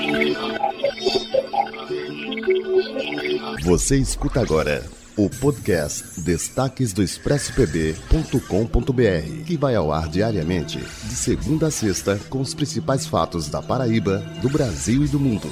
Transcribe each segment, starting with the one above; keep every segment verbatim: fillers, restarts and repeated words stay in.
Você escuta agora o podcast Destaques do Expresso P B ponto com ponto b r, que vai ao ar diariamente, de segunda a sexta, com os principais fatos da Paraíba, do Brasil e do mundo.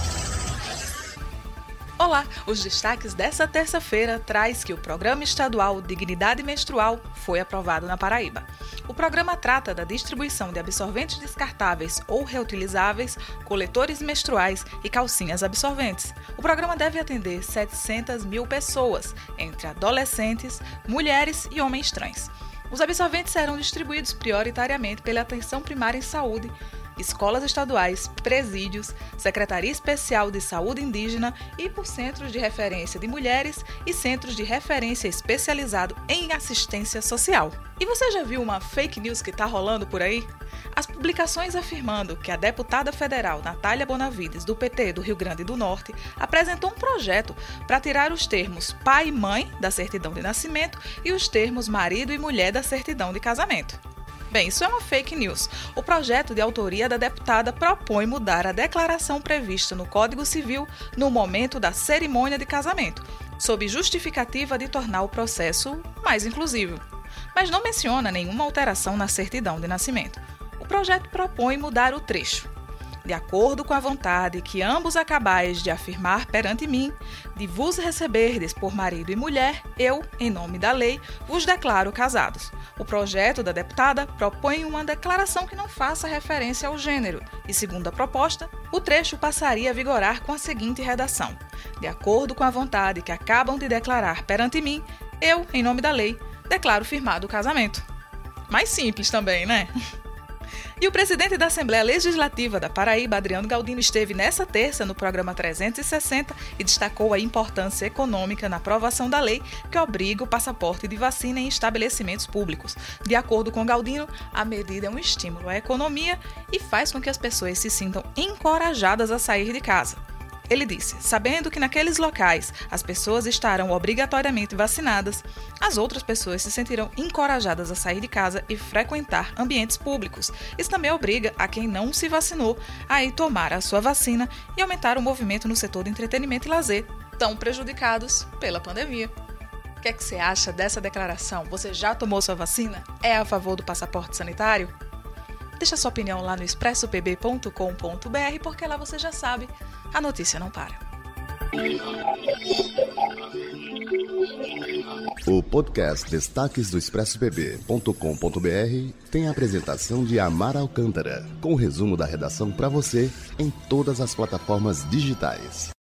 Olá, os destaques dessa terça-feira traz que o Programa Estadual Dignidade Menstrual foi aprovado na Paraíba. O programa trata da distribuição de absorventes descartáveis ou reutilizáveis, coletores menstruais e calcinhas absorventes. O programa deve atender setecentas mil pessoas, entre adolescentes, mulheres e homens trans. Os absorventes serão distribuídos prioritariamente pela Atenção Primária em Saúde, escolas estaduais, presídios, Secretaria Especial de Saúde Indígena e por centros de referência de mulheres e centros de referência especializado em assistência social. E você já viu uma fake news que está rolando por aí? As publicações afirmando que a deputada federal Natália Bonavides, do P T do Rio Grande do Norte, apresentou um projeto para tirar os termos pai e mãe da certidão de nascimento e os termos marido e mulher da certidão de casamento. Bem, isso é uma fake news. O projeto de autoria da deputada propõe mudar a declaração prevista no Código Civil no momento da cerimônia de casamento, sob justificativa de tornar o processo mais inclusivo. Mas não menciona nenhuma alteração na certidão de nascimento. O projeto propõe mudar o trecho. De acordo com a vontade que ambos acabais de afirmar perante mim, de vos receberdes por marido e mulher, eu, em nome da lei, vos declaro casados. O projeto da deputada propõe uma declaração que não faça referência ao gênero e, segundo a proposta, o trecho passaria a vigorar com a seguinte redação: de acordo com a vontade que acabam de declarar perante mim, eu, em nome da lei, declaro firmado o casamento. Mais simples também, né? E o presidente da Assembleia Legislativa da Paraíba, Adriano Galdino, esteve nessa terça no programa trezentos e sessenta e destacou a importância econômica na aprovação da lei que obriga o passaporte de vacina em estabelecimentos públicos. De acordo com Galdino, a medida é um estímulo à economia e faz com que as pessoas se sintam encorajadas a sair de casa. Ele disse, sabendo que naqueles locais as pessoas estarão obrigatoriamente vacinadas, as outras pessoas se sentirão encorajadas a sair de casa e frequentar ambientes públicos. Isso também obriga a quem não se vacinou a ir tomar a sua vacina e aumentar o movimento no setor de entretenimento e lazer, tão prejudicados pela pandemia. O que é que você acha dessa declaração? Você já tomou sua vacina? É a favor do passaporte sanitário? Deixa sua opinião lá no expresso p b ponto com ponto b r, porque lá você já sabe, a notícia não para. O podcast Destaques do Expresso P B ponto com ponto b r tem a apresentação de Amara Alcântara, com o resumo da redação para você em todas as plataformas digitais.